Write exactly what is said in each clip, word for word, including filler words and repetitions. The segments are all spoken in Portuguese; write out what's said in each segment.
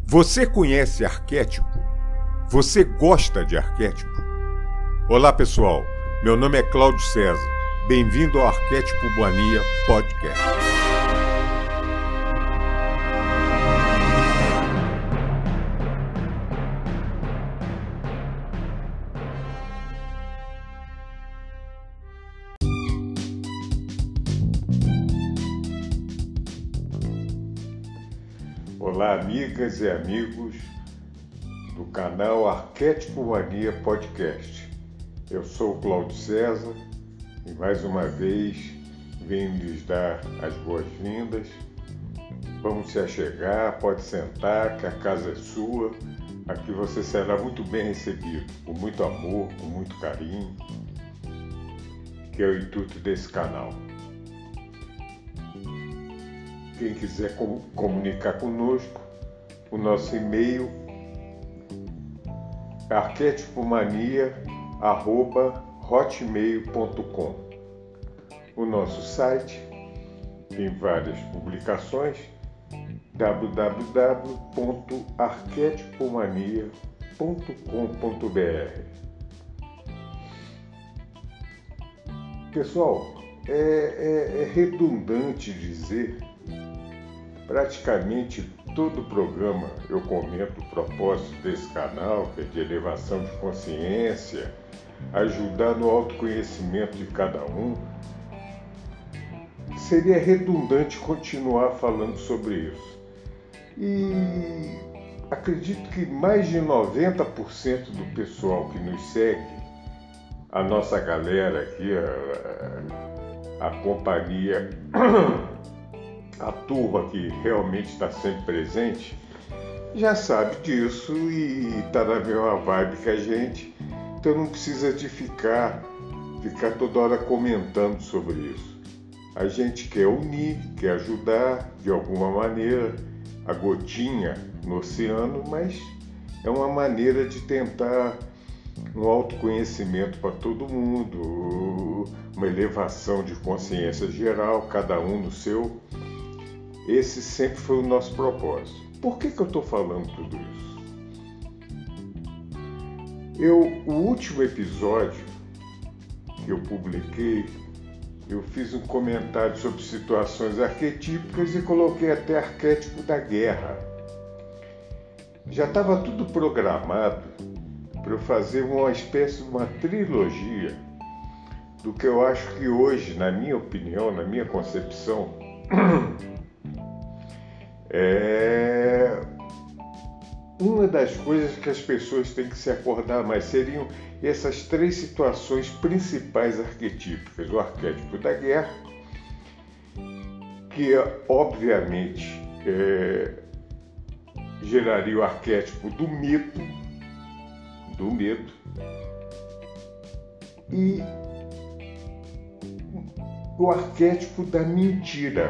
Você conhece arquétipo? Você gosta de arquétipo? Olá pessoal, meu nome é Cláudio César. Bem-vindo ao Arquétipo Mania Podcast. Olá, amigas e amigos do canal Arquétipo Mania Podcast. Eu sou o Cláudio César e mais uma vez venho lhes dar as boas-vindas. Vamos se achegar, pode sentar, que a casa é sua. Aqui você será muito bem recebido, com muito amor, com muito carinho, que é o intuito desse canal. Quem quiser comunicar conosco, o nosso e-mail é arquetipomania arroba hotmail ponto com. O nosso site tem várias publicações, w w w ponto arquetipomania ponto com ponto b r. Pessoal, é, é, é redundante dizer, praticamente todo o programa eu comento o propósito desse canal, que é de elevação de consciência, ajudar no autoconhecimento de cada um. Seria redundante continuar falando sobre isso. E acredito que mais de noventa por cento do pessoal que nos segue, a nossa galera aqui, a, a companhia, a turma que realmente está sempre presente, já sabe disso e está na mesma vibe que a gente, então não precisa de ficar, ficar toda hora comentando sobre isso. A gente quer unir, quer ajudar de alguma maneira, a gotinha no oceano, mas é uma maneira de tentar um autoconhecimento para todo mundo, uma elevação de consciência geral, cada um no seu. Esse sempre foi o nosso propósito. Por que que eu estou falando tudo isso? Eu, o último episódio que eu publiquei, eu fiz um comentário sobre situações arquetípicas e coloquei até arquétipo da guerra. Já estava tudo programado para eu fazer uma espécie de uma trilogia do que eu acho que hoje, na minha opinião, na minha concepção, é uma das coisas que as pessoas têm que se acordar mais. Seriam essas três situações principais arquetípicas. O arquétipo da guerra, que obviamente é, geraria o arquétipo do mito, do medo, e o arquétipo da mentira.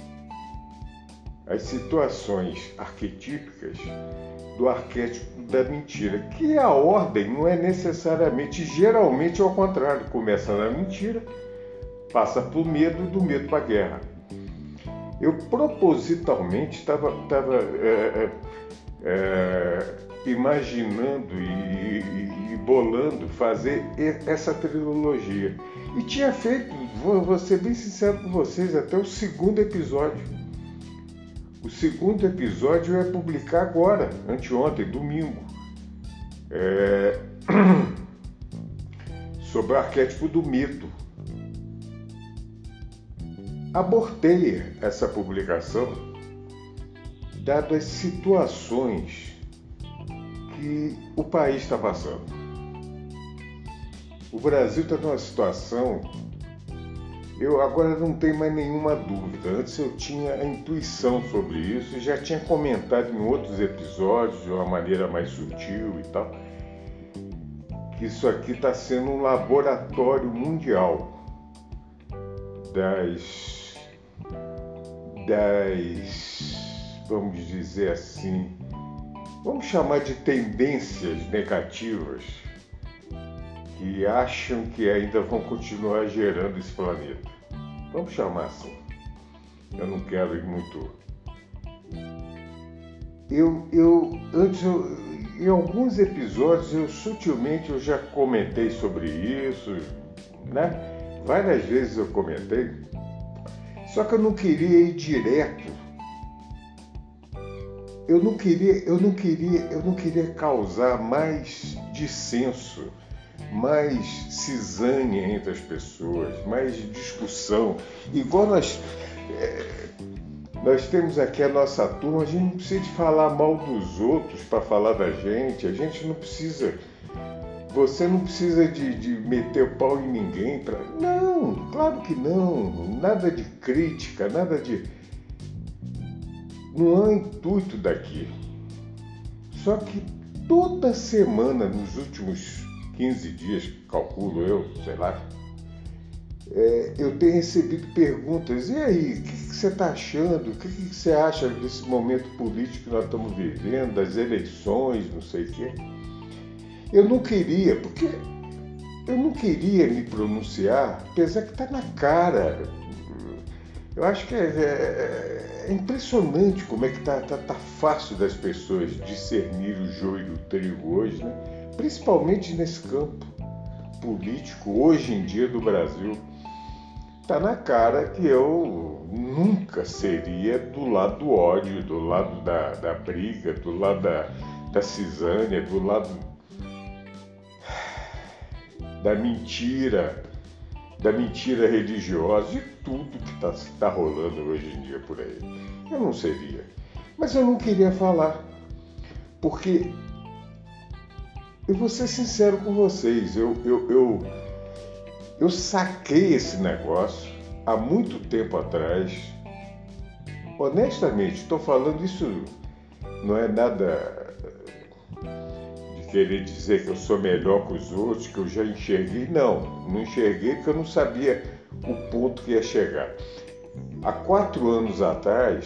As situações arquetípicas do arquétipo da mentira, que a ordem não é necessariamente, geralmente é ao contrário, começa na mentira, passa para o medo, do medo para a guerra. Eu propositalmente estava é, é, imaginando e, e, e bolando fazer essa trilogia. E tinha feito, vou, vou ser bem sincero com vocês, até o segundo episódio. O segundo episódio eu ia publicar agora, anteontem, domingo, é... sobre o arquétipo do mito. Abortei essa publicação, dado as situações que o país está passando. O Brasil está numa situação... Eu agora não tenho mais nenhuma dúvida. Antes eu tinha a intuição sobre isso e já tinha comentado em outros episódios de uma maneira mais sutil e tal, que isso aqui está sendo um laboratório mundial das, das, vamos dizer assim, vamos chamar de tendências negativas que acham que ainda vão continuar gerando esse planeta. Vamos chamar assim. Eu não quero ir muito eu, eu antes, eu, em alguns episódios, eu sutilmente eu já comentei sobre isso, né? Várias vezes eu comentei, só que eu não queria ir direto. Eu não queria, eu não queria, eu não queria causar mais dissenso, mais cisânia entre as pessoas, mais discussão. Igual nós, é, nós temos aqui a nossa turma, a gente não precisa de falar mal dos outros para falar da gente, a gente não precisa, você não precisa de, de meter o pau em ninguém. Pra, não, claro que não, nada de crítica, nada de... Não é o intuito daqui. Só que toda semana, nos últimos quinze dias, calculo eu, sei lá, é, eu tenho recebido perguntas. E aí, o que, que você está achando? O que, que você acha desse momento político que nós estamos vivendo, das eleições, não sei o quê? Eu não queria, porque eu não queria me pronunciar, apesar que está na cara. Eu acho que é, é, é impressionante como é que tá, tá, tá fácil das pessoas discernir o joio do trigo hoje, né? Principalmente nesse campo político, hoje em dia, do Brasil. Tá na cara que eu nunca seria do lado do ódio, do lado da, da briga, do lado da, da cisânia, do lado da mentira, da mentira religiosa, de tudo que está tá rolando hoje em dia por aí. Eu não seria. Mas eu não queria falar, porque eu vou ser sincero com vocês, eu, eu, eu, eu saquei esse negócio há muito tempo atrás. Honestamente, estou falando isso, não é nada de querer dizer que eu sou melhor que os outros, que eu já enxerguei. Não, não enxerguei porque eu não sabia o ponto que ia chegar. Há quatro anos atrás,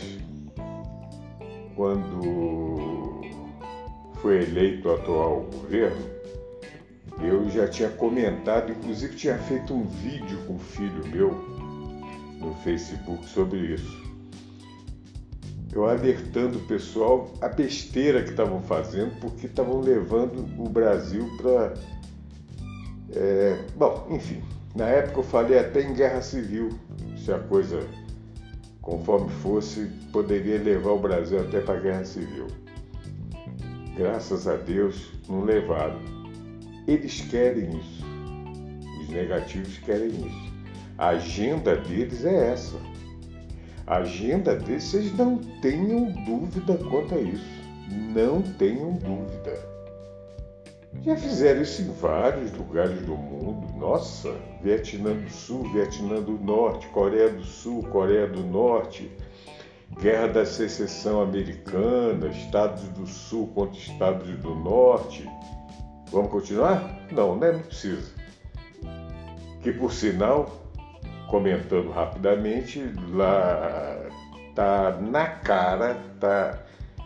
quando foi eleito o atual governo, eu já tinha comentado, inclusive tinha feito um vídeo com um filho meu no Facebook sobre isso. Eu alertando o pessoal a besteira que estavam fazendo, porque estavam levando o Brasil para... É, bom, enfim, na época eu falei até em guerra civil, se a coisa, conforme fosse, poderia levar o Brasil até para a guerra civil. Graças a Deus, não levaram. Eles querem isso. Os negativos querem isso. A agenda deles é essa. A agenda deles, vocês não tenham dúvida quanto a isso. Não tenham dúvida. Já fizeram isso em vários lugares do mundo. Nossa, Vietnã do Sul, Vietnã do Norte, Coreia do Sul, Coreia do Norte, Guerra da Secessão Americana, Estados do Sul contra Estados do Norte. Vamos continuar? Não, né? Não precisa. Que, por sinal, comentando rapidamente, lá tá na cara, tá...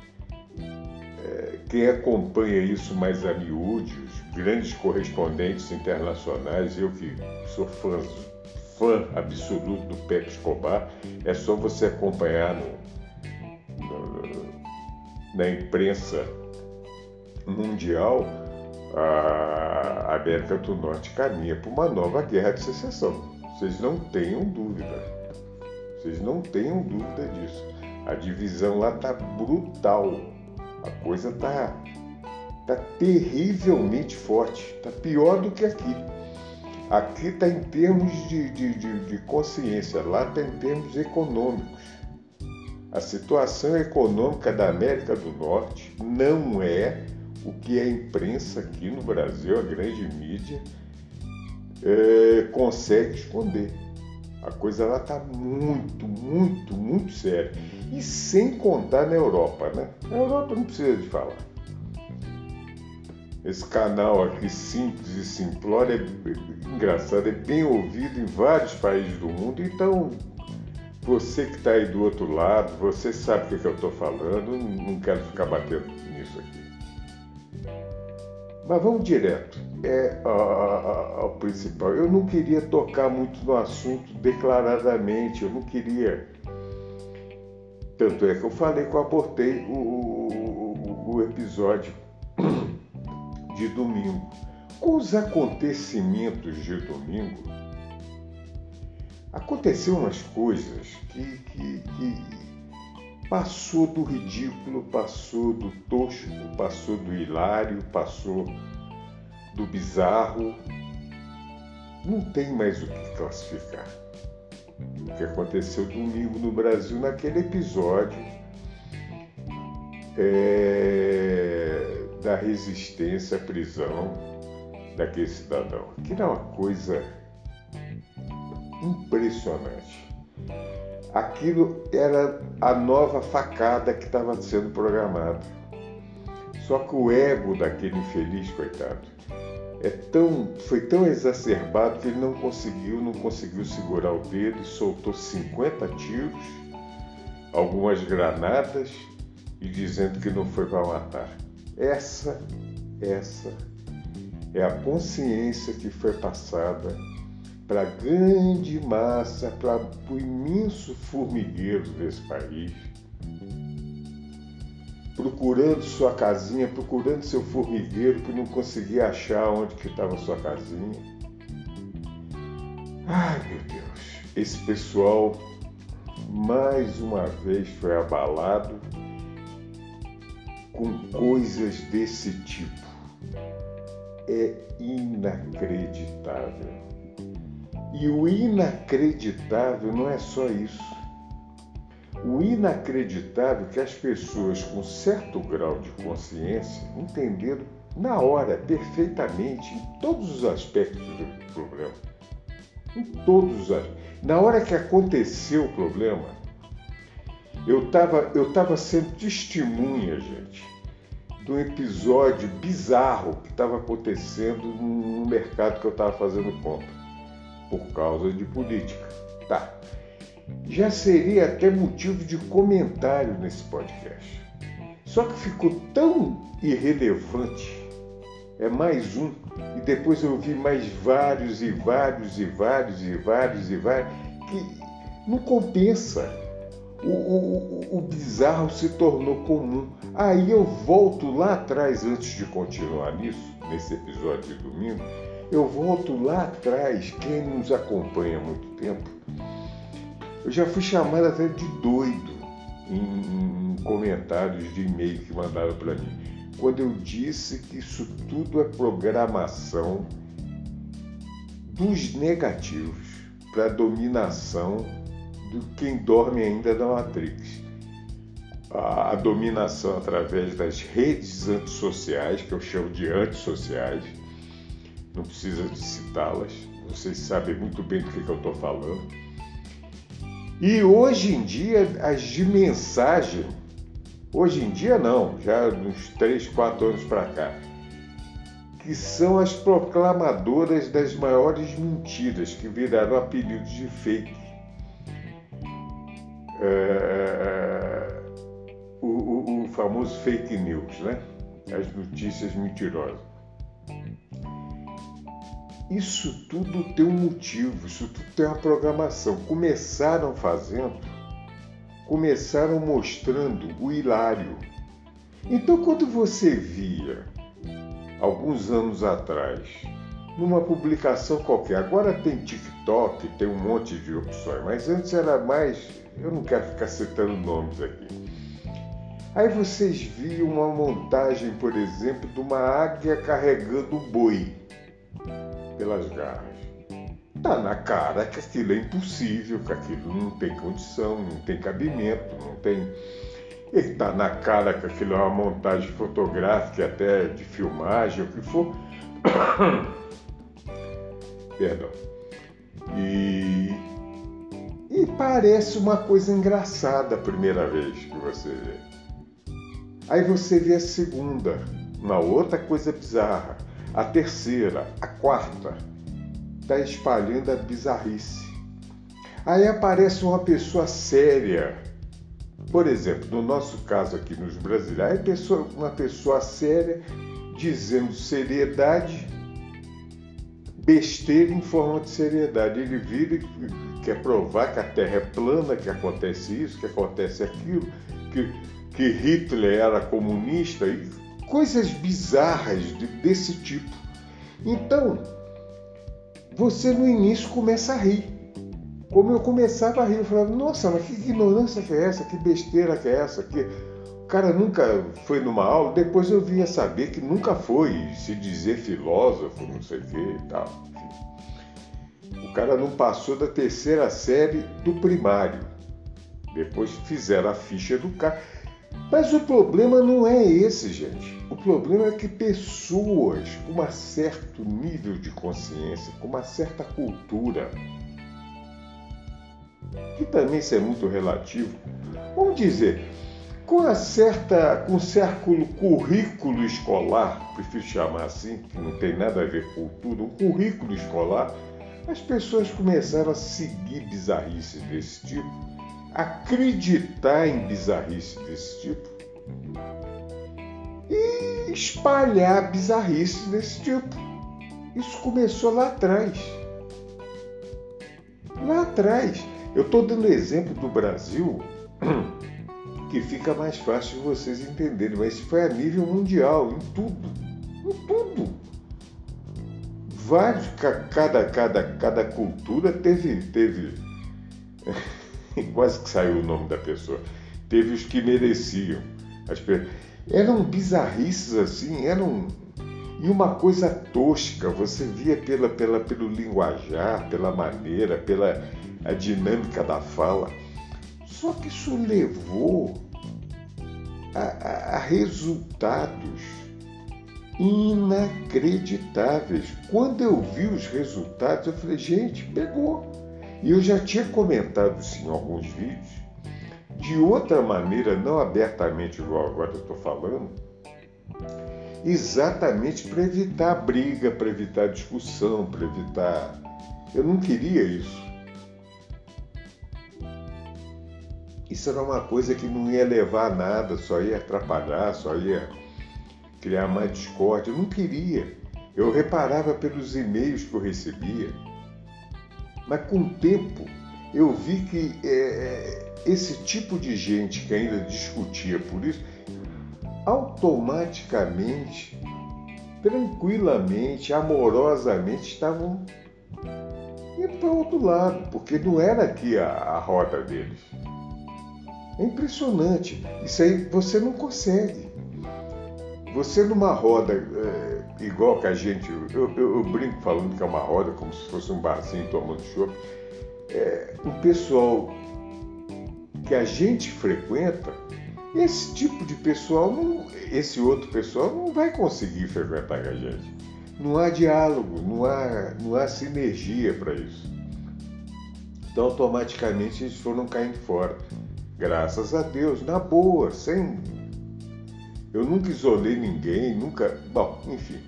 É, quem acompanha isso mais a miúde, os grandes correspondentes internacionais, eu que sou fã, fã absoluto do Pepe Escobar, é só você acompanhar no, no, na imprensa mundial. A América do Norte caminha para uma nova guerra de secessão. Vocês não tenham dúvida. Vocês não tenham dúvida disso. A divisão lá está brutal. A coisa está tá terrivelmente forte. Está pior do que aqui. Aqui está em termos de, de, de, de consciência. Lá está em termos econômicos. A situação econômica da América do Norte não é o que a imprensa aqui no Brasil, a grande mídia, é, consegue esconder. A coisa lá está muito, muito, muito séria. E sem contar na Europa, né? Na Europa não precisa de falar. Esse canal aqui, Simples e Simplório, é engraçado, é bem ouvido em vários países do mundo. Então, você que está aí do outro lado, você sabe o que, que eu estou falando, não quero ficar batendo nisso aqui. Mas vamos direto é, ao, ao principal. Eu não queria tocar muito no assunto declaradamente, eu não queria. Tanto é que eu falei que eu abortei o, o, episódio de domingo. Com os acontecimentos de domingo, aconteceu umas coisas que, que, que passou do ridículo, passou do tosco, passou do hilário, passou do bizarro. Não tem mais o que classificar. O que aconteceu domingo no Brasil naquele episódio é, da resistência à prisão daquele cidadão. Aquilo é uma coisa impressionante. Aquilo era a nova facada que estava sendo programada. Só que o ego daquele infeliz, coitado, é tão, foi tão exacerbado que ele não conseguiu, não conseguiu segurar o dedo e soltou cinquenta tiros, algumas granadas e dizendo que não foi para matar. Essa, essa é a consciência que foi passada para a grande massa, para o imenso formigueiro desse país, procurando sua casinha, procurando seu formigueiro, que não conseguia achar onde que estava sua casinha. Ai, meu Deus, esse pessoal mais uma vez foi abalado com coisas desse tipo. É inacreditável. E o inacreditável não é só isso. O inacreditável é que as pessoas com certo grau de consciência entenderam na hora, perfeitamente, em todos os aspectos do problema. Em todos os aspectos. Na hora que aconteceu o problema, eu estava eu tava sendo testemunha, gente, de um episódio bizarro que estava acontecendo no mercado que eu estava fazendo compra, por causa de política. Tá. Já seria até motivo de comentário nesse podcast. Só que ficou tão irrelevante, é mais um, e depois eu vi mais vários e vários e vários e vários e vários, que não compensa. O, o, o bizarro se tornou comum. Aí eu volto lá atrás, antes de continuar nisso, nesse episódio de domingo, eu volto lá atrás, quem nos acompanha há muito tempo, eu já fui chamado até de doido em, em comentários de e-mail que mandaram para mim, quando eu disse que isso tudo é programação dos negativos para a dominação de quem dorme ainda da Matrix. A, a dominação através das redes antissociais, que eu chamo de antissociais, não precisa de citá-las, vocês sabem muito bem do que, que eu estou falando. E hoje em dia, as de mensagem, hoje em dia não, já uns três, quatro anos para cá, que são as proclamadoras das maiores mentiras, que viraram apelidos de fake. É, o, o, o famoso fake news, né? As notícias mentirosas. Isso tudo tem um motivo, isso tudo tem uma programação. Começaram fazendo, começaram mostrando o hilário. Então, quando você via, alguns anos atrás, numa publicação qualquer, agora tem TikTok, tem um monte de opções, mas antes era mais, eu não quero ficar citando nomes aqui. Aí vocês viam uma montagem, por exemplo, de uma águia carregando um boi pelas garras. Tá na cara que aquilo é impossível, que aquilo não tem condição, não tem cabimento, não tem... E tá na cara que aquilo é uma montagem fotográfica, até de filmagem, o que for. Perdão. E... e parece uma coisa engraçada a primeira vez que você vê. Aí você vê a segunda, uma outra coisa bizarra. A terceira, a quarta, está espalhando a bizarrice. Aí aparece uma pessoa séria. Por exemplo, no nosso caso aqui nos brasileiros, uma pessoa séria dizendo seriedade, besteira em forma de seriedade. Ele vira e quer provar que a Terra é plana, que acontece isso, que acontece aquilo, que, que Hitler era comunista. E coisas bizarras de, desse tipo. Então, você no início começa a rir. Como eu começava a rir, eu falava, nossa, mas que ignorância que é essa? Que besteira que é essa? Que... O cara nunca foi numa aula, depois eu vinha saber que nunca foi se dizer filósofo, não sei o que e tal. Enfim. O cara não passou da terceira série do primário. Depois fizeram a ficha do cara. Mas o problema não é esse, gente. O problema é que pessoas com um certo nível de consciência, com uma certa cultura, que também isso é muito relativo, vamos dizer, com a certa, com um certo currículo escolar, prefiro chamar assim, que não tem nada a ver com cultura, um currículo escolar, as pessoas começaram a seguir bizarrices desse tipo, acreditar em bizarrices desse tipo e espalhar bizarrices desse tipo. Isso começou lá atrás. Lá atrás. Eu estou dando exemplo do Brasil que fica mais fácil de vocês entenderem, mas isso foi a nível mundial, em tudo. Em tudo. Vários, cada, cada, cada cultura teve, teve quase que saiu o nome da pessoa, teve os que mereciam. As, eram bizarrices assim, eram... E uma coisa tosca, você via pela, pela, pelo linguajar, pela maneira, pela a dinâmica da fala. Só que isso levou a, a, a resultados inacreditáveis. Quando eu vi os resultados, eu falei, gente, pegou. E eu já tinha comentado isso em alguns vídeos, de outra maneira, não abertamente igual agora eu estou falando, exatamente para evitar briga, para evitar discussão, para evitar... Eu não queria isso. Isso era uma coisa que não ia levar a nada, só ia atrapalhar, só ia criar mais discórdia. Eu não queria. Eu reparava pelos e-mails que eu recebia. Mas com o tempo eu vi que é, esse tipo de gente que ainda discutia por isso, automaticamente, tranquilamente, amorosamente estavam indo para o outro lado, porque não era aqui a, a roda deles. É impressionante. Isso aí você não consegue. Você numa roda é, igual que a gente... Eu, eu, eu brinco falando que é uma roda como se fosse um barzinho tomando chopp. É, o pessoal que a gente frequenta, esse tipo de pessoal, não, esse outro pessoal não vai conseguir frequentar com a gente. Não há diálogo, não há, não há sinergia para isso. Então automaticamente eles foram caindo fora. Graças a Deus, na boa, sem... Eu nunca isolei ninguém, nunca... Bom, enfim.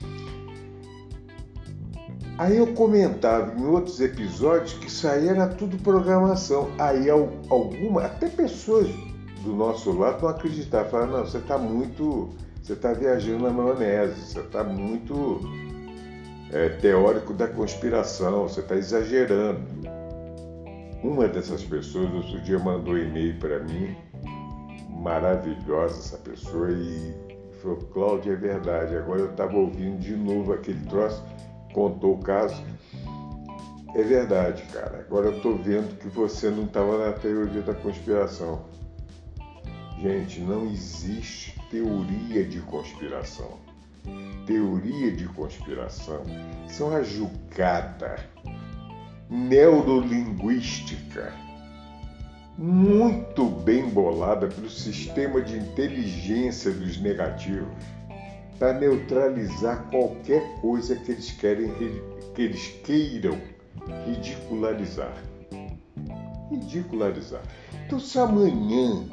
Aí eu comentava em outros episódios que isso aí era tudo programação. Aí alguma, até pessoas do nosso lado não acreditavam. Falavam, não, você está muito... Você está viajando na maionese, você está muito é, teórico da conspiração, você está exagerando. Uma dessas pessoas, outro dia, mandou um e-mail para mim, maravilhosa essa pessoa, e falou, Cláudio, é verdade, agora eu estava ouvindo de novo aquele troço, contou o caso. É verdade, cara, agora eu estou vendo que você não estava na teoria da conspiração. Gente, não existe teoria de conspiração. Teoria de conspiração, isso é uma jogada neurolinguística muito bem bolada pelo sistema de inteligência dos negativos para neutralizar qualquer coisa que eles querem, que eles queiram ridicularizar. Ridicularizar. Então, se amanhã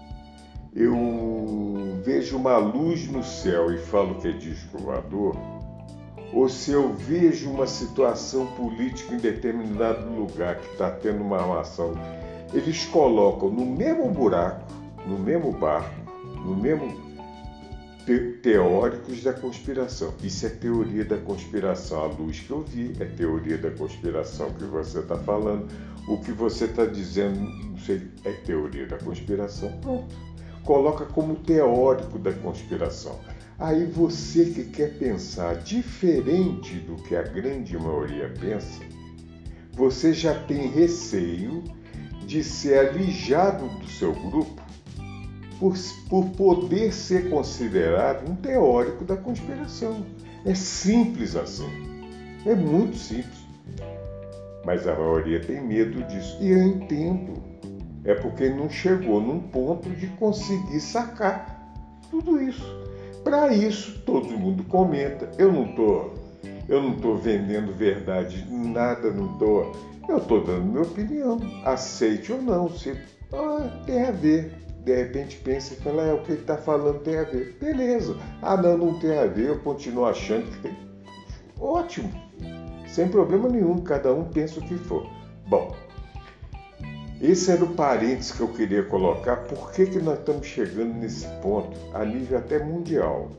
eu vejo uma luz no céu e falo que é disco voador, ou se eu vejo uma situação política em determinado lugar que está tendo uma ação, eles colocam no mesmo buraco, no mesmo barco, no mesmo te- teóricos da conspiração. Isso é teoria da conspiração. A luz que eu vi é teoria da conspiração que você está falando. O que você está dizendo, não sei, é teoria da conspiração. Pronto. coloca como teórico da conspiração. Aí você que quer pensar diferente do que a grande maioria pensa, você já tem receio de ser alijado do seu grupo por, por poder ser considerado um teórico da conspiração. É simples assim. É muito simples. Mas a maioria tem medo disso. E eu entendo. É porque não chegou num ponto de conseguir sacar tudo isso. Para isso, todo mundo comenta. Eu não estou eu não tô vendendo verdade, nada, não estou. Eu estou dando minha opinião. Aceite ou não. Se ah, tem a ver. De repente pensa e fala, é, o que ele está falando tem a ver. Beleza. Ah, não, não tem a ver. Eu continuo achando que tem. Ótimo. Sem problema nenhum. Cada um pensa o que for. Bom. Esse era o parênteses que eu queria colocar. Por que, que nós estamos chegando nesse ponto, a nível até mundial?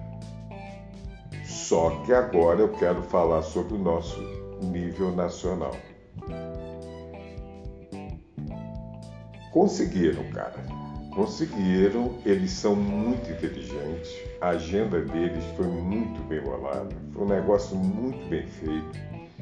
Só que agora eu quero falar sobre o nosso nível nacional. Conseguiram, cara. Conseguiram. Eles são muito inteligentes. A agenda deles foi muito bem bolada. Foi um negócio muito bem feito.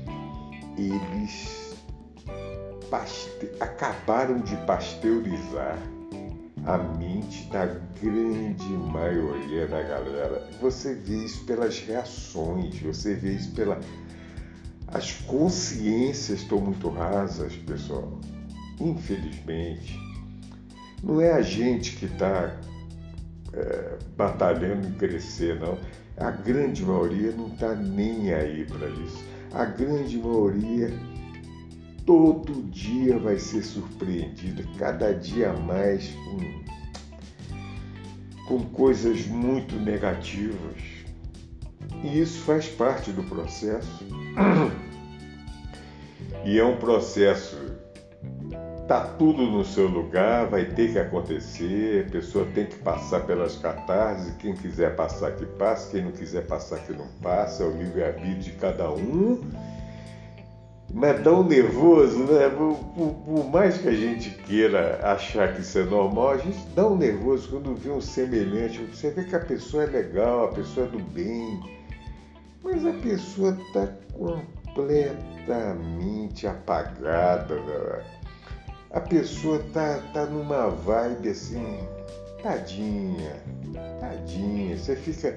Eles Paste... acabaram de pasteurizar a mente da grande maioria da galera. Você vê isso pelas reações, você vê isso pela... As consciências estão muito rasas, pessoal. Infelizmente. Não é a gente que está é, batalhando em crescer, não. A grande maioria não está nem aí para isso. A grande maioria... todo dia vai ser surpreendida, cada dia mais com, com coisas muito negativas. E isso faz parte do processo. E é um processo, tá tudo no seu lugar, vai ter que acontecer, a pessoa tem que passar pelas catarses, quem quiser passar que passe, quem não quiser passar que não passe, é o livre-arbítrio de cada um. Mas dá um nervoso, né? Por, por, por mais que a gente queira achar que isso é normal, a gente dá um nervoso quando vê um semelhante. Você vê que a pessoa é legal, a pessoa é do bem, mas a pessoa está completamente apagada. Né? A pessoa está tá numa vibe assim, tadinha, tadinha. Você fica...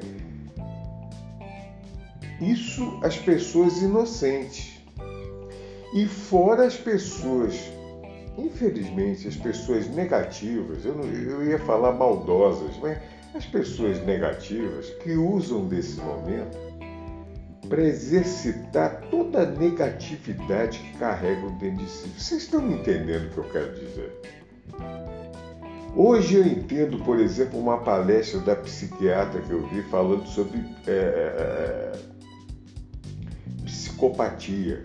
Isso as pessoas inocentes. E fora as pessoas, infelizmente, as pessoas negativas, eu, não, eu ia falar maldosas, mas as pessoas negativas que usam desse momento para exercitar toda a negatividade que carregam dentro de si. Vocês estão me entendendo o que eu quero dizer? Hoje eu entendo, por exemplo, uma palestra da psiquiatra que eu vi falando sobre é, psicopatia.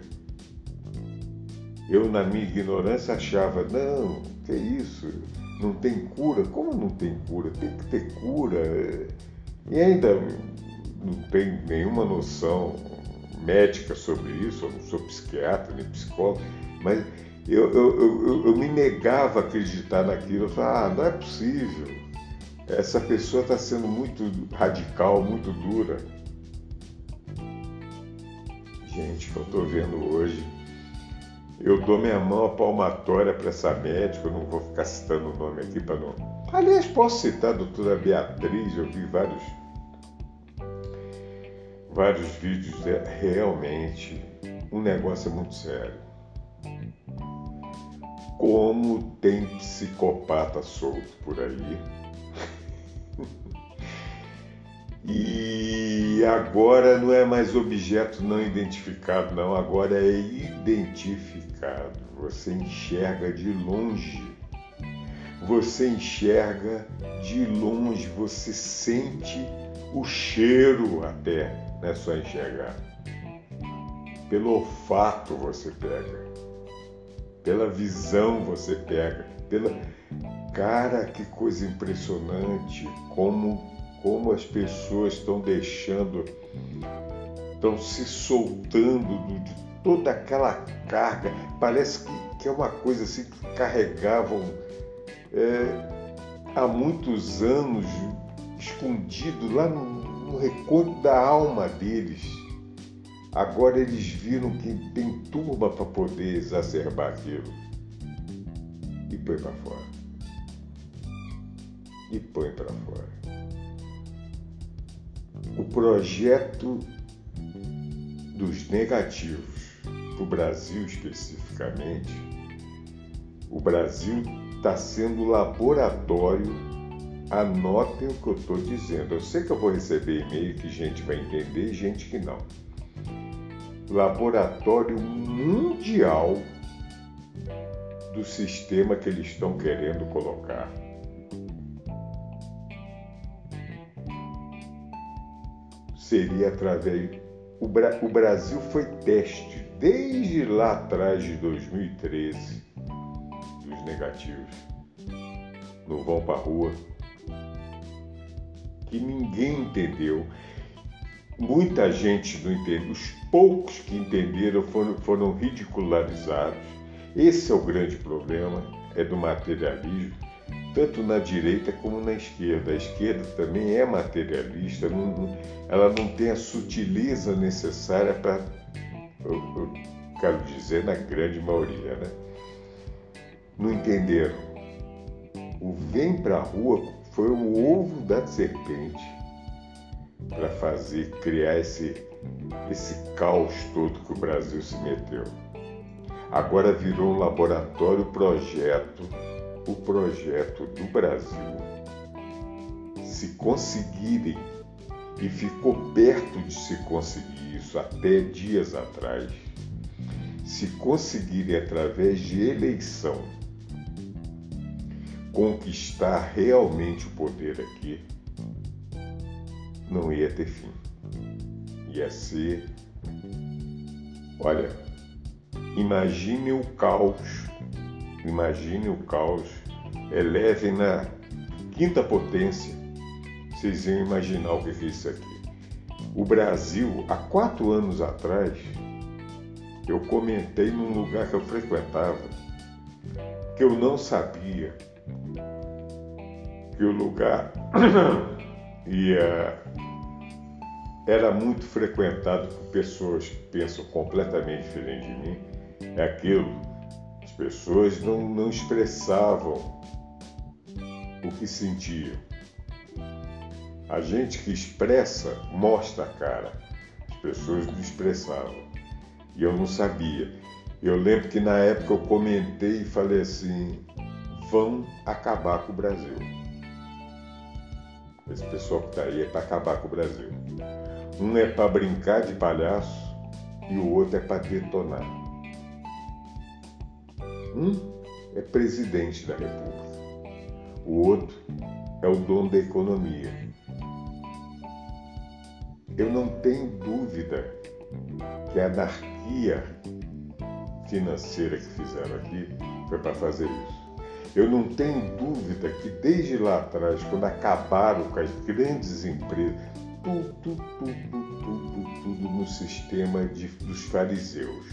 Eu, na minha ignorância, achava, não, que isso, não tem cura. Como não tem cura? Tem que ter cura. E ainda não tenho nenhuma noção médica sobre isso, eu não sou psiquiatra nem psicólogo, mas eu, eu, eu, eu me negava a acreditar naquilo. Eu falava, ah, não é possível. Essa pessoa está sendo muito radical, muito dura. Gente, o que eu estou vendo hoje, eu dou minha mão a palmatória para essa médica, eu não vou ficar citando o nome aqui para não... Aliás, posso citar a doutora Beatriz, eu vi vários, vários vídeos dela. Realmente, um negócio é muito sério. Como tem psicopata solto por aí. E agora não é mais objeto não identificado, não. Agora é identificado. Você enxerga de longe. Você enxerga de longe. Você sente o cheiro até. Não é só enxergar. Pelo olfato você pega. Pela visão você pega. Pela... Cara, que coisa impressionante. Como... como as pessoas estão deixando, estão se soltando de toda aquela carga. Parece que, que é uma coisa assim que carregavam é, há muitos anos escondido lá no, no recôndito da alma deles. Agora eles viram que tem turma para poder exacerbar aquilo. E põe para fora. E põe para fora. O projeto dos negativos, para o Brasil especificamente, o Brasil está sendo laboratório. Anotem o que eu estou dizendo. Eu sei que eu vou receber e-mail que gente vai entender e gente que não. Laboratório mundial do sistema que eles estão querendo colocar. Seria através... O, Bra... o Brasil foi teste desde lá atrás de dois mil e treze dos negativos. Não vão para a rua. Que ninguém entendeu. Muita gente não entendeu. Os poucos que entenderam foram, foram ridicularizados. Esse é o grande problema, é do materialismo, tanto na direita como na esquerda. A esquerda também é materialista, não, ela não tem a sutileza necessária para, eu, eu quero dizer, na grande maioria, né? Não entenderam. O vem para a rua foi o ovo da serpente para fazer, criar esse, esse caos todo que o Brasil se meteu. Agora virou um laboratório projeto, o projeto do Brasil. Se conseguirem, e ficou perto de se conseguir isso até dias atrás, se conseguirem através de eleição conquistar realmente o poder aqui, não ia ter fim. Ia ser... Olha, imagine o caos, imagine o caos, elevem na quinta potência, vocês iam imaginar o que é isso aqui. O Brasil, há quatro anos atrás, eu comentei num lugar que eu frequentava, que eu não sabia que o lugar ia, era muito frequentado por pessoas que pensam completamente diferente de mim. É aquilo, as pessoas não, não expressavam o que sentiam. A gente que expressa, mostra a cara. As pessoas não expressavam. E eu não sabia. Eu lembro que na época eu comentei e falei assim, vão acabar com o Brasil. Esse pessoal que está aí é para acabar com o Brasil. Um é para brincar de palhaço e o outro é para detonar. Um é presidente da República. O outro é o dono da economia. Eu não tenho dúvida que a anarquia financeira que fizeram aqui foi para fazer isso. Eu não tenho dúvida que desde lá atrás, quando acabaram com as grandes empresas, tudo, tudo, tudo, tudo, tudo no sistema de, dos fariseus,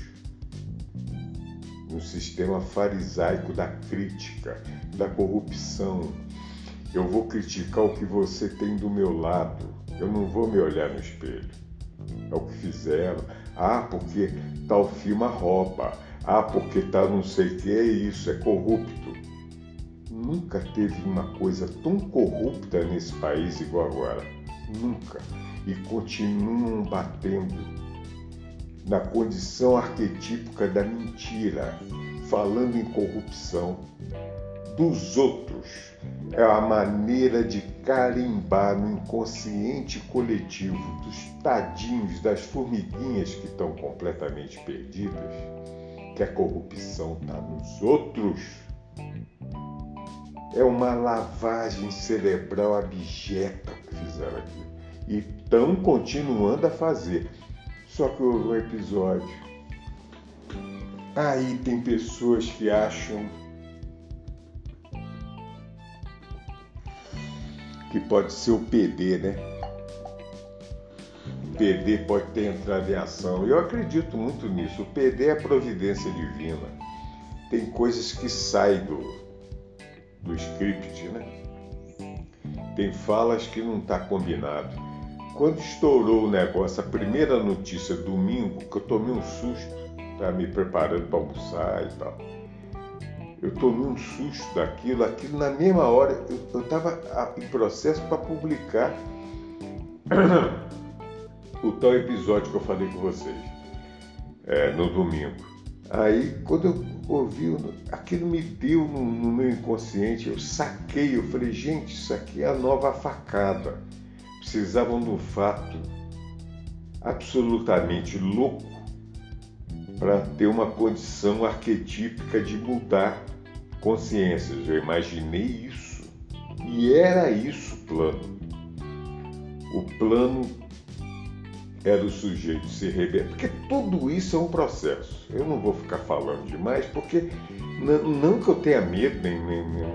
no sistema farisaico da crítica, da corrupção. Eu vou criticar o que você tem do meu lado, eu não vou me olhar no espelho. É o que fizeram. Ah, porque tal firma rouba. Ah, porque tal não sei o que é isso, é corrupto. Nunca teve uma coisa tão corrupta nesse país igual agora. Nunca. E continuam batendo na condição arquetípica da mentira, falando em corrupção dos outros. É a maneira de carimbar no inconsciente coletivo dos tadinhos, das formiguinhas que estão completamente perdidas, que a corrupção está nos outros. É uma lavagem cerebral abjeta que fizeram aqui. E estão continuando a fazer. Só que houve um episódio. Aí tem pessoas que acham que pode ser o P D, né? O P D pode ter entrado em ação. Eu acredito muito nisso. O P D é a providência divina. Tem coisas que saem do, do script, né? tem falas que não está combinado. Quando estourou o negócio, a primeira notícia, domingo, que eu tomei um susto, estava me preparando para almoçar e tal. Eu tomei um susto daquilo, aquilo na mesma hora, eu estava em processo para publicar o tal episódio que eu falei com vocês, é, no domingo. Aí, quando eu ouvi, aquilo me deu no, no meu inconsciente, eu saquei, eu falei, gente, isso aqui é a nova facada. Precisavam de um fato absolutamente louco para ter uma condição arquetípica de mudar consciências. Eu imaginei isso. E era isso o plano. O plano era o sujeito se rebelar. Porque tudo isso é um processo. Eu não vou ficar falando demais, porque não, não que eu tenha medo, nem, nem, nem,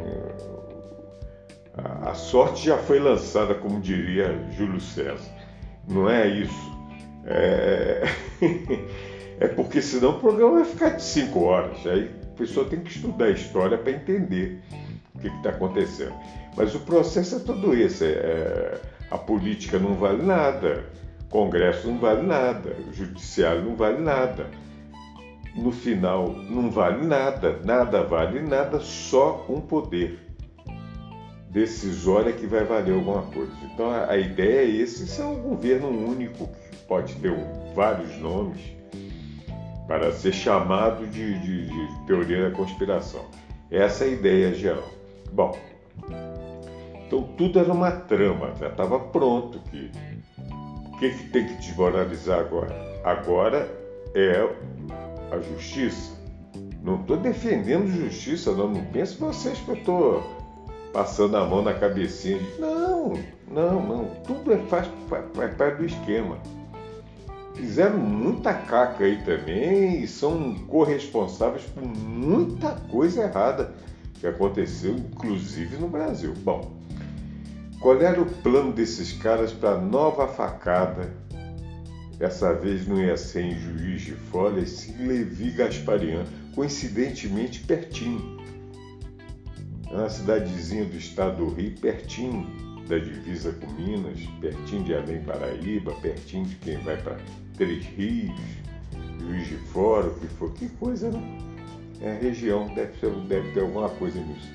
a sorte já foi lançada, como diria Júlio César. Não é isso. É, é porque senão o programa vai ficar de cinco horas. Aí a pessoa tem que estudar a história para entender o que está acontecendo. Mas o processo é todo esse. É, a política não vale nada, o Congresso não vale nada, o Judiciário não vale nada. No final, não vale nada, nada vale nada, só um poder decisório é que vai valer alguma coisa. Então a, a ideia é esse, isso é um governo único, que pode ter um, vários nomes, para ser chamado de, de, de teoria da conspiração. Essa é a ideia geral. Bom, então tudo era uma trama, já estava pronto. Que, o que, que tem que desmoralizar agora? Agora é a justiça. Não estou defendendo justiça, não, não pense vocês que eu estou passando a mão na cabecinha. De... Não, não, não. Tudo é, faz, faz, faz parte do esquema. Fizeram muita caca aí também e são corresponsáveis por muita coisa errada que aconteceu, inclusive no Brasil. Bom, qual era o plano desses caras para a nova facada? Dessa vez não ia ser em Juiz de Fora, e sim Levi Gasparian, coincidentemente pertinho. É uma cidadezinha do estado do Rio, pertinho da divisa com Minas, pertinho de Além Paraíba, pertinho de quem vai para Três Rios, Juiz de Fora, o que for. Que coisa, né? É a região, deve, ser, deve ter alguma coisa nisso.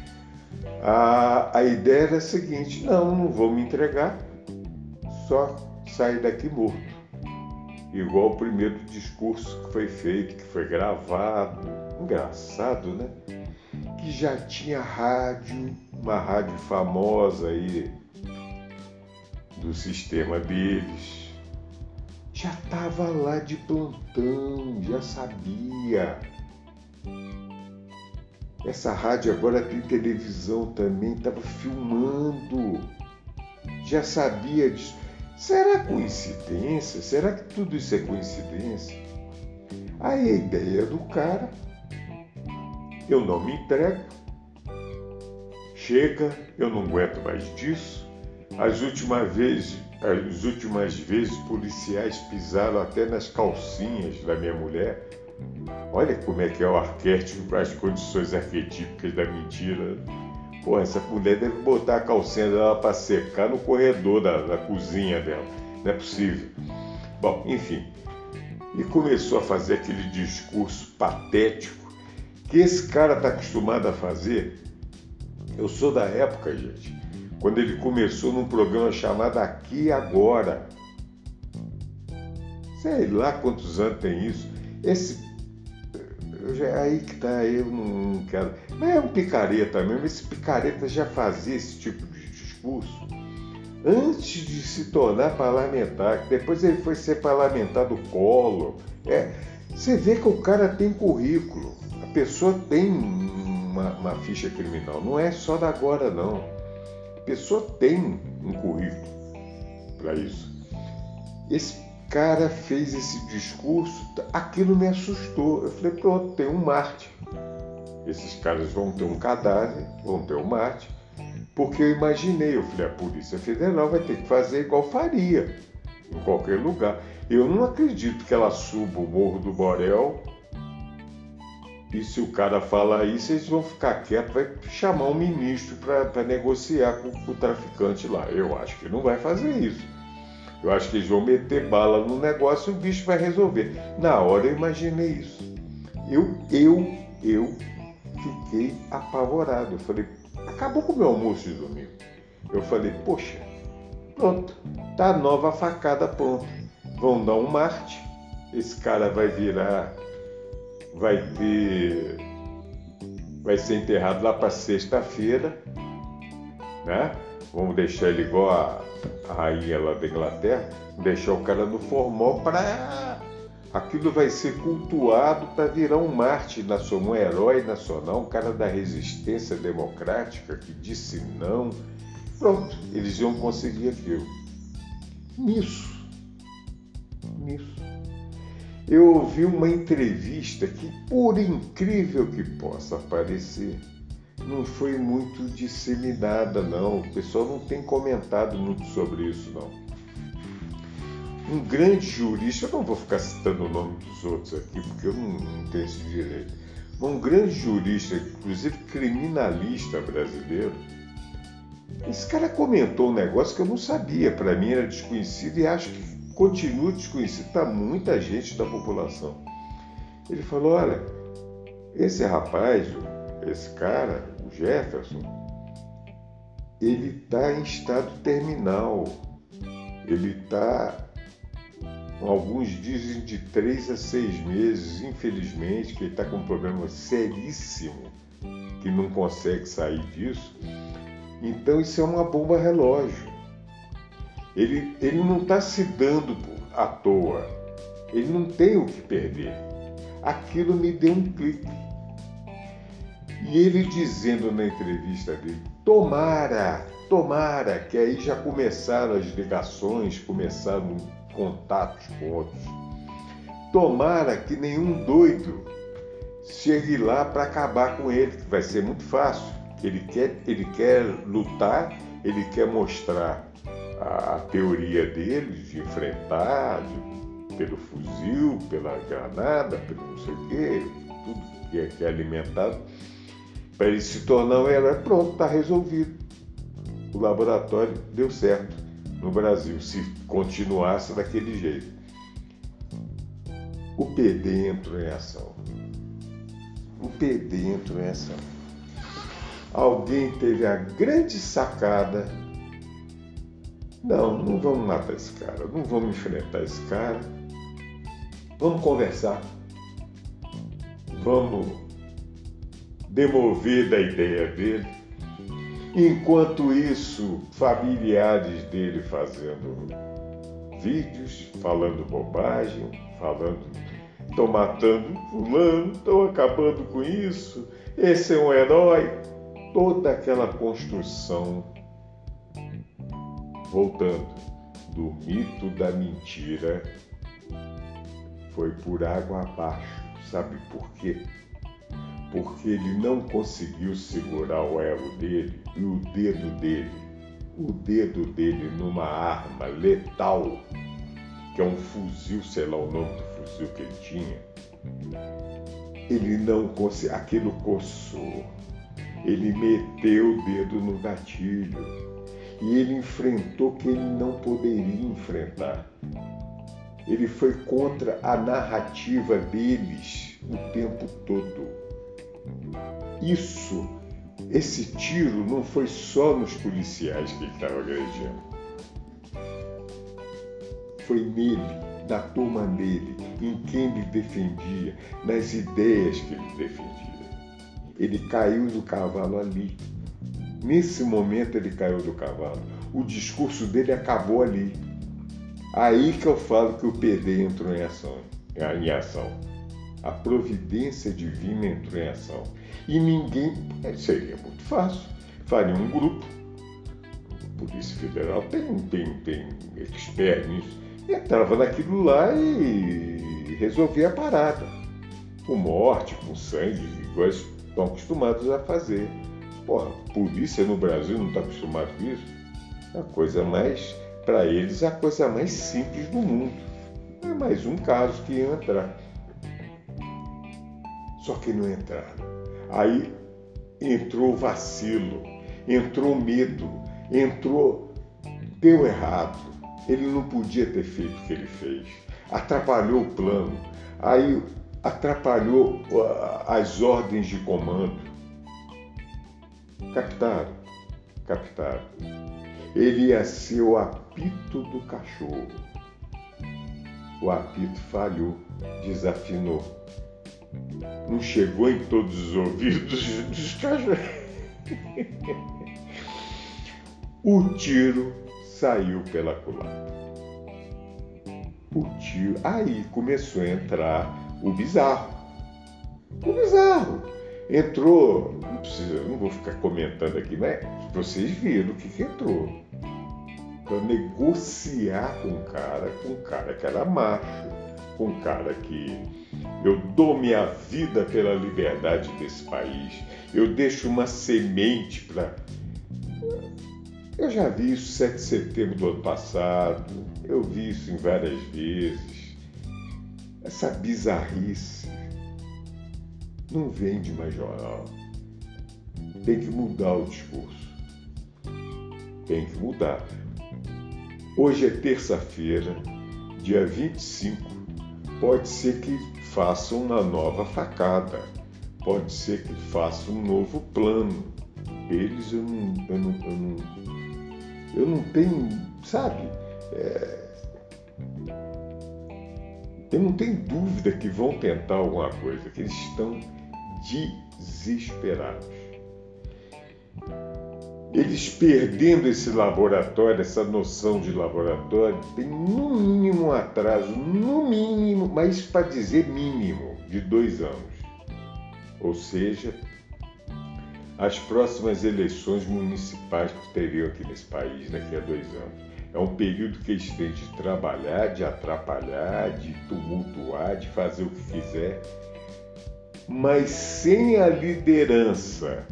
A, a ideia era a seguinte: não, não vou me entregar, só sair daqui morto. Igual o primeiro discurso que foi feito, que foi gravado, engraçado, né? Que já tinha rádio, uma rádio famosa aí do sistema deles, já estava lá de plantão, já sabia. Essa rádio agora tem televisão também, estava filmando, já sabia disso. Será coincidência? Será que tudo isso é coincidência? Aí a ideia do cara, eu não me entrego, chega, eu não aguento mais disso. As últimas vezes, as últimas vezes policiais pisaram até nas calcinhas da minha mulher. Olha como é que é o arquétipo, as condições arquetípicas da mentira. Pô, essa mulher deve botar a calcinha dela para secar no corredor da, da cozinha dela. Não é possível. Bom, enfim. E começou a fazer aquele discurso patético que esse cara está acostumado a fazer. Eu sou da época, gente, quando ele começou num programa chamado Aqui e Agora. Sei lá quantos anos tem isso. Esse... Eu já, aí que tá, eu não, não quero... Mas é um picareta mesmo. Esse picareta já fazia esse tipo de discurso antes de se tornar parlamentar. Depois ele foi ser parlamentar do Collor. É, você vê que o cara tem currículo. A pessoa tem uma, uma ficha criminal. Não é só da agora, não. A pessoa tem um currículo para isso. Esse cara fez esse discurso, aquilo me assustou. Eu falei, pronto, tem um Marte. Esses caras vão ter um cadáver, vão ter um Marte. Porque eu imaginei, eu falei, a Polícia Federal vai ter que fazer igual faria em qualquer lugar. Eu não acredito que ela suba o Morro do Borel E se o cara falar isso, eles vão ficar quietos, vai chamar um ministro para negociar com, com o traficante lá. Eu acho que não vai fazer isso. Eu acho que eles vão meter bala no negócio e o bicho vai resolver. Na hora eu imaginei isso. Eu, eu, eu fiquei apavorado. Eu falei, acabou com o meu almoço de domingo. Eu falei, poxa, pronto, tá a nova facada pronta. Vão dar um Marte, esse cara vai virar, vai ter, vai ser enterrado lá para sexta-feira, né? Vamos deixar ele igual a, a rainha lá da Inglaterra, deixar o cara no formol para aquilo vai ser cultuado para virar um mártir nacional, um herói nacional, um cara da resistência democrática que disse não. Pronto, eles iam conseguir aquilo. Nisso, nisso, eu ouvi uma entrevista que, por incrível que possa parecer, não foi muito disseminada, não. O pessoal não tem comentado muito sobre isso, não. Um grande jurista, eu não vou ficar citando o nome dos outros aqui, porque eu não, não tenho esse direito, mas um grande jurista, inclusive criminalista brasileiro, esse cara comentou um negócio que eu não sabia, para mim era desconhecido e acho que continua desconhecido para muita gente da população. Ele falou, olha, esse rapaz, esse cara, o Jefferson, ele está em estado terminal. Ele está, alguns dizem, de três a seis meses, infelizmente, que ele está com um problema seríssimo, que não consegue sair disso. Então isso é uma bomba relógio. Ele, ele não está se dando à toa. Ele não tem o que perder. Aquilo me deu um clique. E ele dizendo na entrevista dele, tomara, tomara, que aí já começaram as ligações, começaram contatos com outros. Tomara que nenhum doido chegue lá para acabar com ele, que vai ser muito fácil. Ele quer, ele quer lutar, ele quer mostrar a, a teoria dele de enfrentar, de, pelo fuzil, pela granada, pelo não sei o quê, tudo que é, que é alimentado, para ele se tornar um herói. Pronto, está resolvido. O laboratório deu certo no Brasil, se continuasse daquele jeito. O P D entrou em ação. O P D entrou em ação. Alguém teve a grande sacada. Não, não vamos matar esse cara, não vamos enfrentar esse cara. Vamos conversar. Vamos demover da ideia dele. Enquanto isso, familiares dele fazendo vídeos, falando bobagem, falando, estão matando fulano, estão acabando com isso, esse é um herói. Toda aquela construção, voltando, do mito da mentira, foi por água abaixo. Sabe por quê? Porque ele não conseguiu segurar o elo dele e o dedo dele, o dedo dele numa arma letal, que é um fuzil, sei lá o nome do fuzil que ele tinha. Ele não conseguiu, aquilo coçou. Ele meteu o dedo no gatilho e ele enfrentou o que ele não poderia enfrentar. Ele foi contra a narrativa deles o tempo todo. Isso, esse tiro não foi só nos policiais que ele estava agredindo. Foi nele, na turma dele, em quem ele defendia, nas ideias que ele defendia. Ele caiu do cavalo ali. Nesse momento ele caiu do cavalo. O discurso dele acabou ali. Aí que eu falo que o P D entrou em ação. Em ação. A providência divina entrou em ação. E ninguém... Seria muito fácil. Faria um grupo. A Polícia Federal tem, tem, tem expert nisso. Entrava naquilo lá e resolvia a parada. Com morte, com sangue, igual estão acostumados a fazer. Porra, polícia no Brasil não está acostumado com isso? É a coisa mais, para eles, a coisa mais simples do mundo. É mais um caso que ia entrar. Só que não entraram. Aí entrou o vacilo, entrou o medo, entrou... Deu errado. Ele não podia ter feito o que ele fez. Atrapalhou o plano. Aí atrapalhou as ordens de comando. Captaram? Captaram. Ele ia ser o apito do cachorro. O apito falhou, desafinou. Não chegou em todos os ouvidos dos cachorros. O tiro saiu pela culatra. O tiro... Aí começou a entrar o bizarro. O bizarro. Entrou... Não precisa, não vou ficar comentando aqui, mas vocês viram o que, que entrou. Para negociar com um cara, com um cara que era macho, com um cara que eu dou minha vida pela liberdade desse país, eu deixo uma semente para... Eu já vi isso sete de setembro do ano passado, eu vi isso em várias vezes. Essa bizarrice não vende mais jornal. Tem que mudar o discurso. Tem que mudar. Hoje é terça-feira, dia vinte e cinco. Pode ser que façam uma nova facada. Pode ser que façam um novo plano. Eles eu não... Eu não, eu não Eu não tenho, sabe, é... eu não tenho dúvida que vão tentar alguma coisa, que eles estão desesperados. Eles perdendo esse laboratório, essa noção de laboratório, tem no mínimo um atraso, no mínimo, mas para dizer mínimo, de dois anos. Ou seja, as próximas eleições municipais que teriam aqui nesse país daqui a dois anos. É um período que eles têm de trabalhar, de atrapalhar, de tumultuar, de fazer o que quiser, mas sem a liderança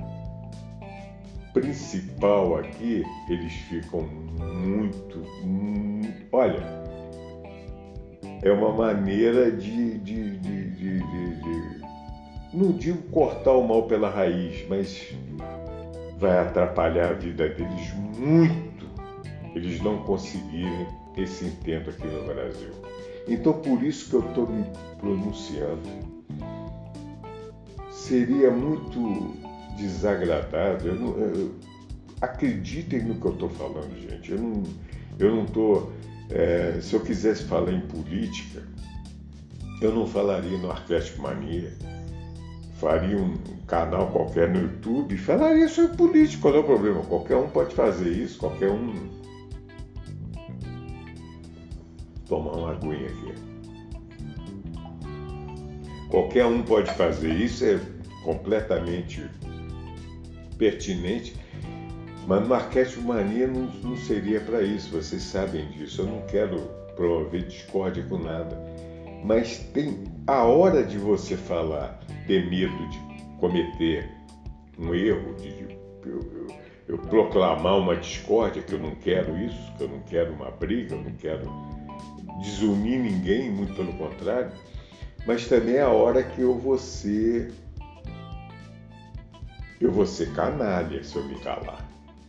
principal aqui, eles ficam muito... muito olha, é uma maneira de... de, de, de, de, de não digo cortar o mal pela raiz, mas vai atrapalhar a vida deles muito, eles não conseguirem esse intento aqui no Brasil. Então, por isso que eu estou me pronunciando. Seria muito desagradável, eu não, eu, acreditem no que eu estou falando, gente. Eu não eu não estou... É, se eu quisesse falar em política, eu não falaria no Arquétipo Mania. Faria um canal qualquer no YouTube e falaria sobre política, qual é o problema? Qualquer um pode fazer isso, qualquer um... Tomar uma aguinha aqui. Qualquer um pode fazer isso, é completamente pertinente, mas no Arquétipo Mania não, não seria para isso, vocês sabem disso. Eu não quero promover discórdia com nada, mas tem a hora de você falar, ter medo de cometer um erro, de, de eu, eu, eu proclamar uma discórdia, que eu não quero isso, que eu não quero uma briga, eu não quero desunir ninguém, muito pelo contrário, mas também é a hora que eu vou ser, eu vou ser canalha se eu me calar.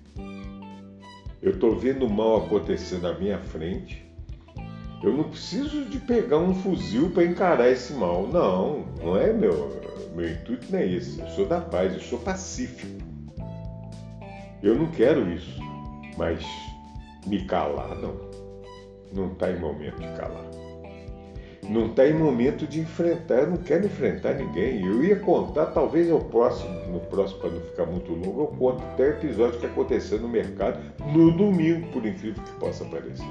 Eu estou vendo o mal acontecer na minha frente, eu não preciso de pegar um fuzil para encarar esse mal. Não, não é meu, meu intuito não é esse. Eu sou da paz, eu sou pacífico. Eu não quero isso, mas me calar não. Não está em momento de calar. Não está em momento de enfrentar. Eu não quero enfrentar ninguém. Eu ia contar, talvez eu possa, no próximo, para não ficar muito longo, eu conto até o episódio que aconteceu no mercado no domingo, por incrível que possa parecer.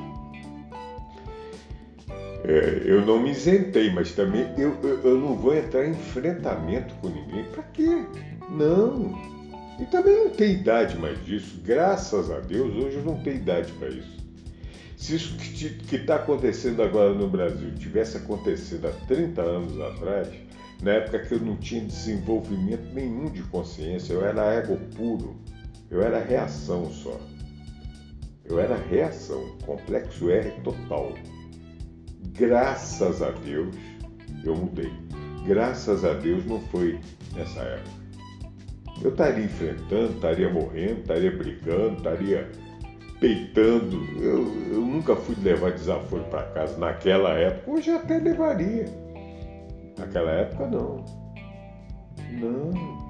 É, eu não me isentei, mas também eu, eu, eu não vou entrar em enfrentamento com ninguém. Para quê? Não. E também não tem idade mais disso. Graças a Deus, hoje eu não tenho idade para isso. Se isso que está acontecendo agora no Brasil tivesse acontecido há trinta anos atrás, na época que eu não tinha desenvolvimento nenhum de consciência, eu era ego puro, eu era reação só. Eu era reação, complexo R total. Graças a Deus, eu mudei. Graças a Deus não foi nessa época. Eu estaria enfrentando, estaria morrendo, estaria brigando, estaria peitando. Eu, eu nunca fui levar desaforo para casa naquela época. Hoje até levaria. Naquela época não. Não.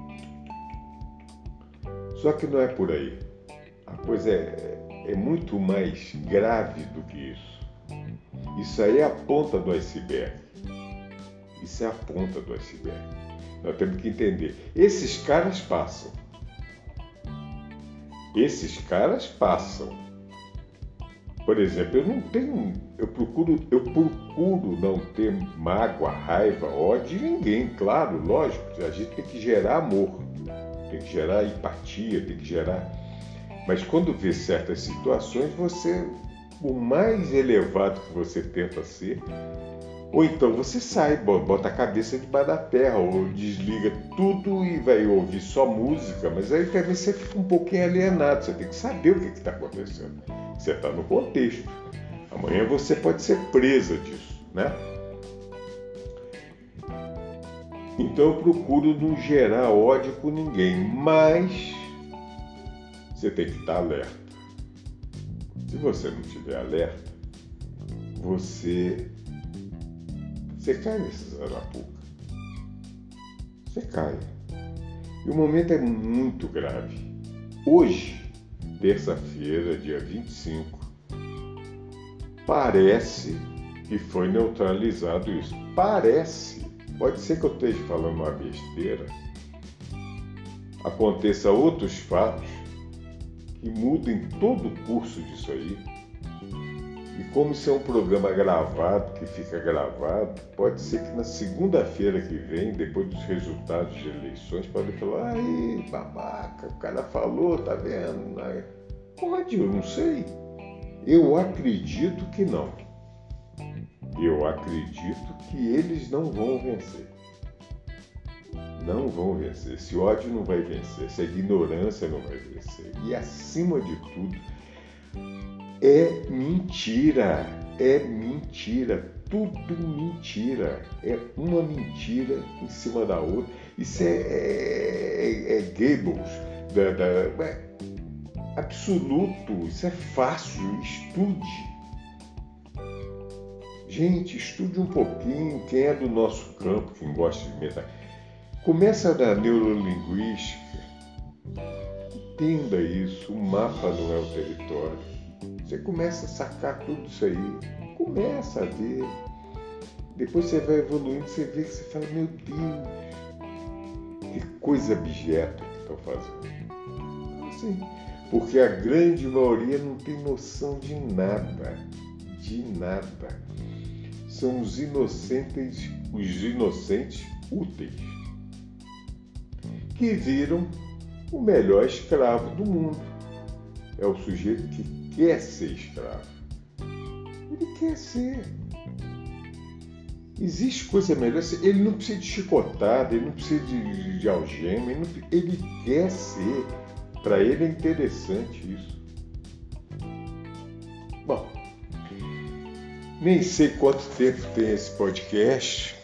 Só que não é por aí. A coisa é, é muito mais grave do que isso. Isso aí é a ponta do iceberg. Isso é a ponta do iceberg. Nós temos que entender. Esses caras passam. Esses caras passam. Por exemplo, eu não tenho, eu procuro, eu procuro não ter mágoa, raiva, ódio de ninguém, claro, lógico. A gente tem que gerar amor, tem que gerar empatia, tem que gerar. Mas quando vê certas situações, você, o mais elevado que você tenta ser, ou então você sai, bota a cabeça debaixo da terra, ou desliga tudo e vai ouvir só música, mas aí também você fica um pouquinho alienado, você tem que saber o que está acontecendo. Você está no contexto. Amanhã você pode ser presa disso, né? Então eu procuro não gerar ódio com ninguém, mas você tem que estar alerta. Se você não estiver alerta, você... Você cai nesses arapuca. Você cai. E o momento é muito grave. Hoje, terça-feira, dia vinte e cinco, parece que foi neutralizado isso. Parece. Pode ser que eu esteja falando uma besteira. Aconteça outros fatos que mudem todo o curso disso aí. E como isso é um programa gravado, que fica gravado, pode ser que na segunda-feira que vem, depois dos resultados de eleições, pode falar, aí, babaca, o cara falou, tá vendo? Pode, eu não sei. Eu acredito que não. Eu acredito que eles não vão vencer. Não vão vencer. Esse ódio não vai vencer, essa ignorância não vai vencer. E acima de tudo, é mentira, é mentira, tudo mentira, é uma mentira em cima da outra. Isso é, é, é Goebbels, da, da, é absoluto, isso é fácil, estude. Gente, estude um pouquinho, quem é do nosso campo, quem gosta de metal. Começa na neurolinguística, entenda isso, o mapa não é o território. Você começa a sacar tudo isso aí, começa a ver. Depois você vai evoluindo, você vê que você fala, meu Deus, que coisa abjeta que estão fazendo. Assim, porque a grande maioria não tem noção de nada, de nada. São os inocentes, os inocentes úteis, que viram o melhor escravo do mundo. É o sujeito que quer ser escravo. Ele quer ser. Existe coisa melhor. Ele não precisa de chicotada, ele não precisa de, de algema, ele, não, ele quer ser. Para ele é interessante isso. Bom, nem sei quanto tempo tem esse podcast.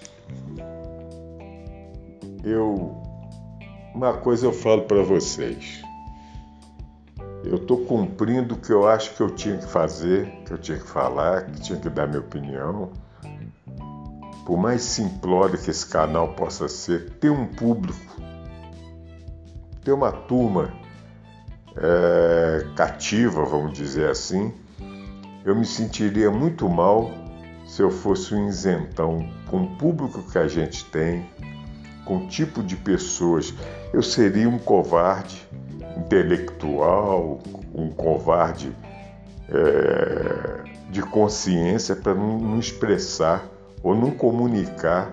Eu, uma coisa eu falo para vocês. Eu estou cumprindo o que eu acho que eu tinha que fazer, que eu tinha que falar, que tinha que dar minha opinião. Por mais simplório que esse canal possa ser, ter um público, ter uma turma é, cativa, vamos dizer assim, eu me sentiria muito mal se eu fosse um isentão com o público que a gente tem, com o tipo de pessoas. Eu seria um covarde intelectual, um covarde é, de consciência para não, não expressar ou não comunicar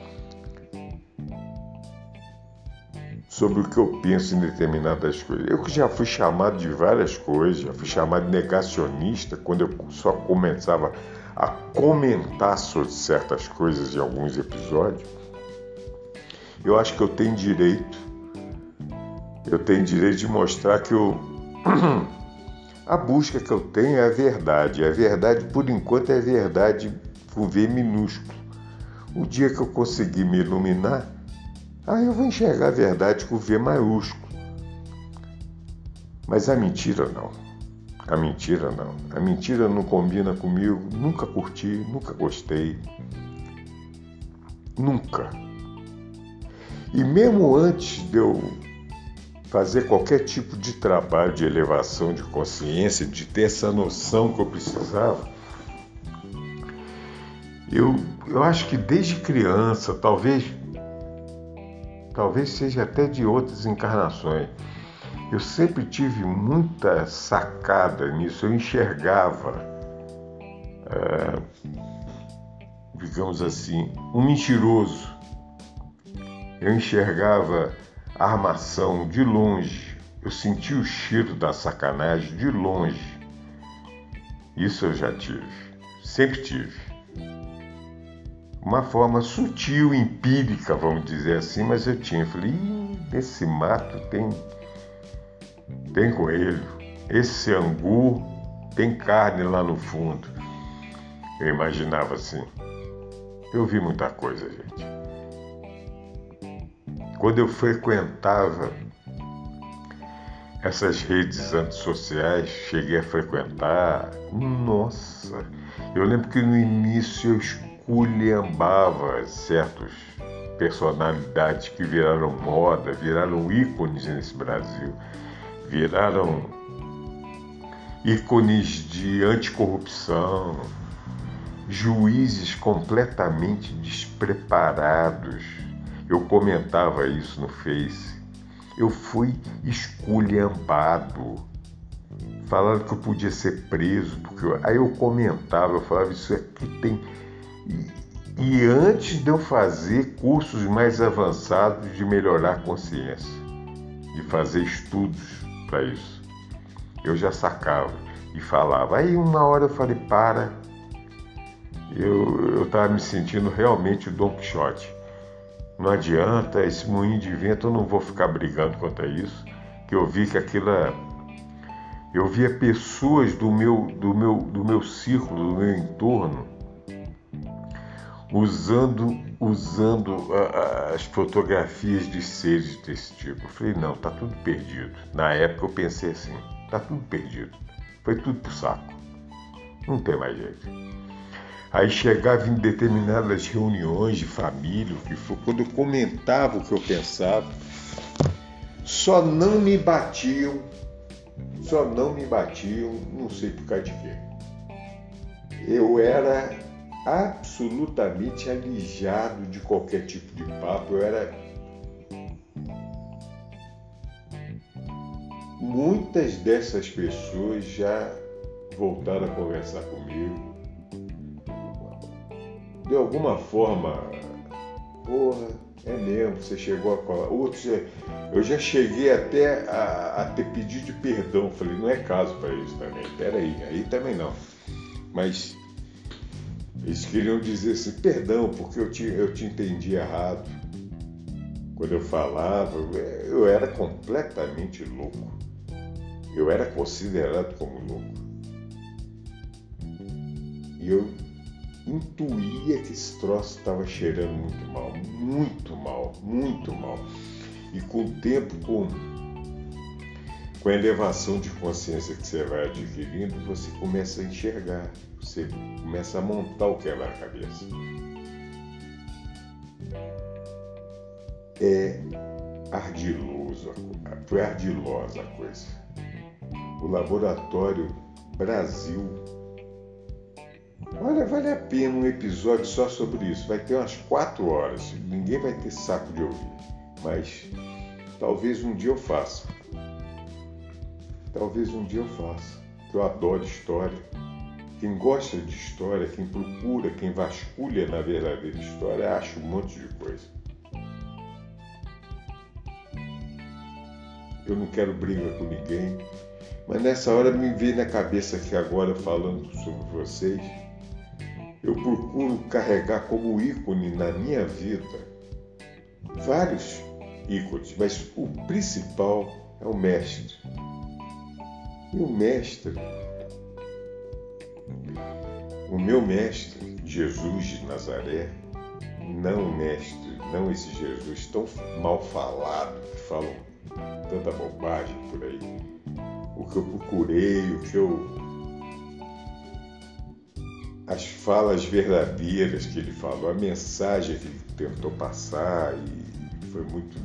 sobre o que eu penso em determinadas coisas. Eu já fui chamado de várias coisas, já fui chamado de negacionista quando eu só começava a comentar sobre certas coisas em alguns episódios. Eu acho que eu tenho direito Eu tenho direito de mostrar que eu, a busca que eu tenho é a verdade. A verdade, por enquanto, é a verdade com V minúsculo. O dia que eu conseguir me iluminar, aí eu vou enxergar a verdade com V maiúsculo. Mas a mentira não. A mentira não. A mentira não combina comigo. Nunca curti, nunca gostei. Nunca. E mesmo antes de eu fazer qualquer tipo de trabalho de elevação de consciência, de ter essa noção que eu precisava, eu, eu acho que desde criança, talvez, talvez seja até de outras encarnações, eu sempre tive muita sacada nisso. Eu enxergava, é, digamos assim, um mentiroso. Eu enxergava a armação de longe. Eu sentia o cheiro da sacanagem de longe. Isso eu já tive, sempre tive. Uma forma sutil, empírica, vamos dizer assim, mas eu tinha. Eu falei, ih, nesse mato tem... Tem coelho, esse angu tem carne lá no fundo. Eu imaginava assim. Eu vi muita coisa, gente. Quando eu frequentava essas redes antissociais, cheguei a frequentar, nossa, eu lembro que no início eu esculhambava certas personalidades que viraram moda, viraram ícones nesse Brasil. Viraram ícones de anticorrupção, juízes completamente despreparados. Eu comentava isso no Face. Eu fui esculhambado. Falaram que eu podia ser preso. Porque eu... Aí eu comentava, eu falava, isso aqui tem... E, e antes de eu fazer cursos mais avançados de melhorar a consciência, de fazer estudos para isso, eu já sacava e falava. Aí uma hora eu falei, para, eu estava me sentindo realmente o Dom Quixote. Não adianta, esse moinho de vento, eu não vou ficar brigando contra isso, que eu vi que aquilo é... Eu via pessoas do meu, do meu, do meu círculo, do meu entorno, usando, usando uh, as fotografias de seres desse tipo. Eu falei, não, tá tudo perdido. Na época eu pensei assim, tá tudo perdido. Foi tudo pro saco. Não tem mais jeito. Aí chegava em determinadas reuniões de família, que foi, quando eu comentava o que eu pensava, só não me batiam, só não me batiam, não sei por causa de quê. Eu era absolutamente alijado de qualquer tipo de papo. Eu era... Muitas dessas pessoas já voltaram a conversar comigo. De alguma forma, porra, é mesmo, você chegou a falar. Outros, eu já cheguei até a, a ter pedido de perdão. Falei, não é caso para isso também. Peraí, aí também não. Mas eles queriam dizer assim, perdão, porque eu te, eu te entendi errado. Quando eu falava, eu era completamente louco. Eu era considerado como louco. E eu intuía que esse troço estava cheirando muito mal, muito mal, muito mal. E com o tempo, com, com a elevação de consciência que você vai adquirindo, você começa a enxergar, você começa a montar o quebra-cabeça. É ardiloso, foi ardilosa a coisa. O Laboratório Brasil, olha, vale a pena um episódio só sobre isso. Vai ter umas quatro horas, ninguém vai ter saco de ouvir, mas talvez um dia eu faça. Talvez um dia eu faça, porque eu adoro história. Quem gosta de história, quem procura, quem vasculha na verdadeira história, acha um monte de coisa. Eu não quero briga com ninguém, mas nessa hora me veio na cabeça que agora, falando sobre vocês, eu procuro carregar como ícone na minha vida vários ícones, mas o principal é o mestre. E o mestre, o meu mestre, Jesus de Nazaré, não mestre, não esse Jesus tão mal falado, que falam tanta bobagem por aí. O que eu procurei, o que eu... as falas verdadeiras que ele falou, a mensagem que ele tentou passar, e foi muito...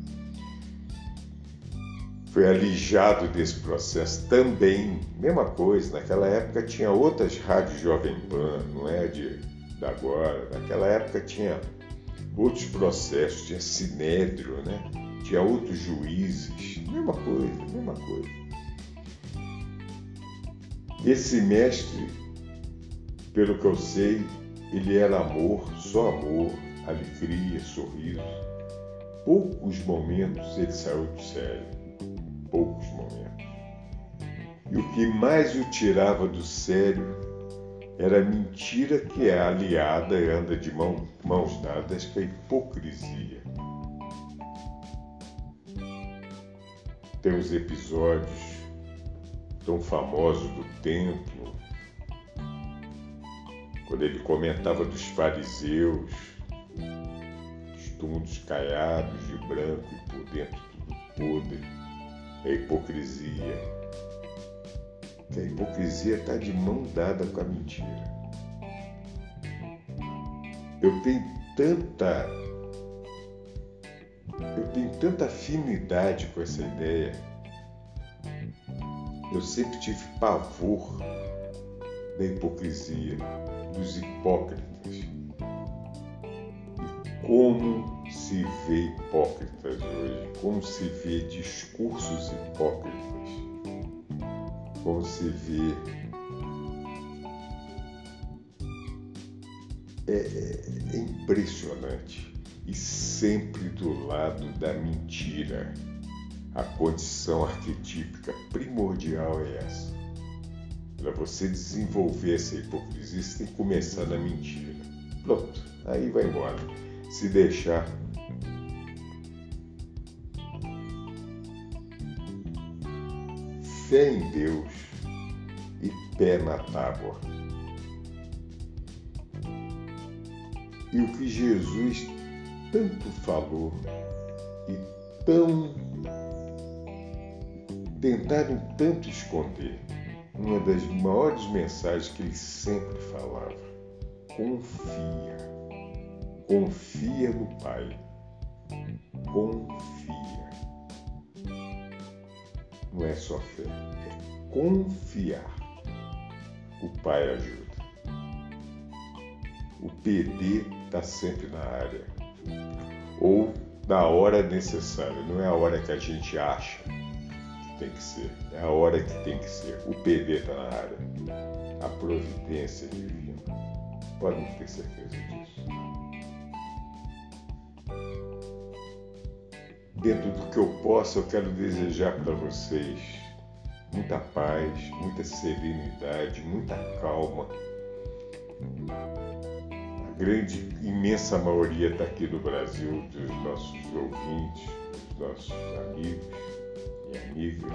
foi alijado desse processo também. Mesma coisa, naquela época tinha outras rádios Jovem Pan, não é de, de agora. Naquela época tinha outros processos, tinha Sinédrio, né? Tinha outros juízes, mesma coisa, mesma coisa. Esse mestre, pelo que eu sei, ele era amor, só amor, alegria, sorriso. Poucos momentos ele saiu do sério, poucos momentos. E o que mais o tirava do sério era a mentira que é aliada e anda de mão, mãos dadas com a hipocrisia. Tem os episódios tão famosos do templo, quando ele comentava dos fariseus, todos caiados de branco e por dentro tudo podre, é a hipocrisia. Que a hipocrisia está de mão dada com a mentira. Eu tenho tanta, eu tenho tanta afinidade com essa ideia. Eu sempre tive pavor da hipocrisia, dos hipócritas. Como se vê hipócritas hoje, como se vê discursos hipócritas, como se vê é, é, é impressionante, e sempre do lado da mentira. A condição arquetípica primordial é essa. Para você desenvolver essa hipocrisia, você tem que começar na mentira. Pronto, aí vai embora. Se deixar, fé em Deus e pé na tábua. E o que Jesus tanto falou e tão tentaram tanto esconder, uma das maiores mensagens que ele sempre falava: confia, confia no Pai, confia. Não é só fé, é confiar. O Pai ajuda. O P D está sempre na área, ou na hora necessária, não é a hora que a gente acha que tem que ser, é a hora que tem que ser. O P D está na área, a providência divina, podem ter certeza disso. Dentro do que eu posso, eu quero desejar para vocês muita paz, muita serenidade, muita calma. A grande, imensa maioria está aqui no Brasil, dos nossos ouvintes, dos nossos amigos e amigas.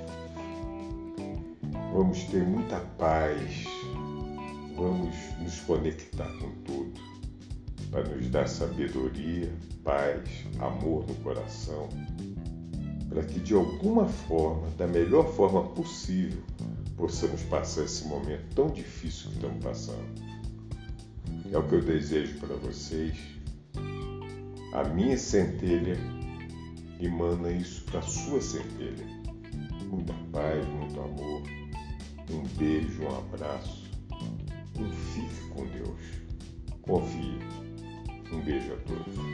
Vamos ter muita paz, vamos nos conectar com tudo, para nos dar sabedoria, paz, amor no coração, para que de alguma forma, da melhor forma possível, possamos passar esse momento tão difícil que estamos passando. É o que eu desejo para vocês. A minha centelha emana isso para a sua centelha. Muita paz, muito amor, um beijo, um abraço, um fique com Deus. Confie. Um beijo a todos.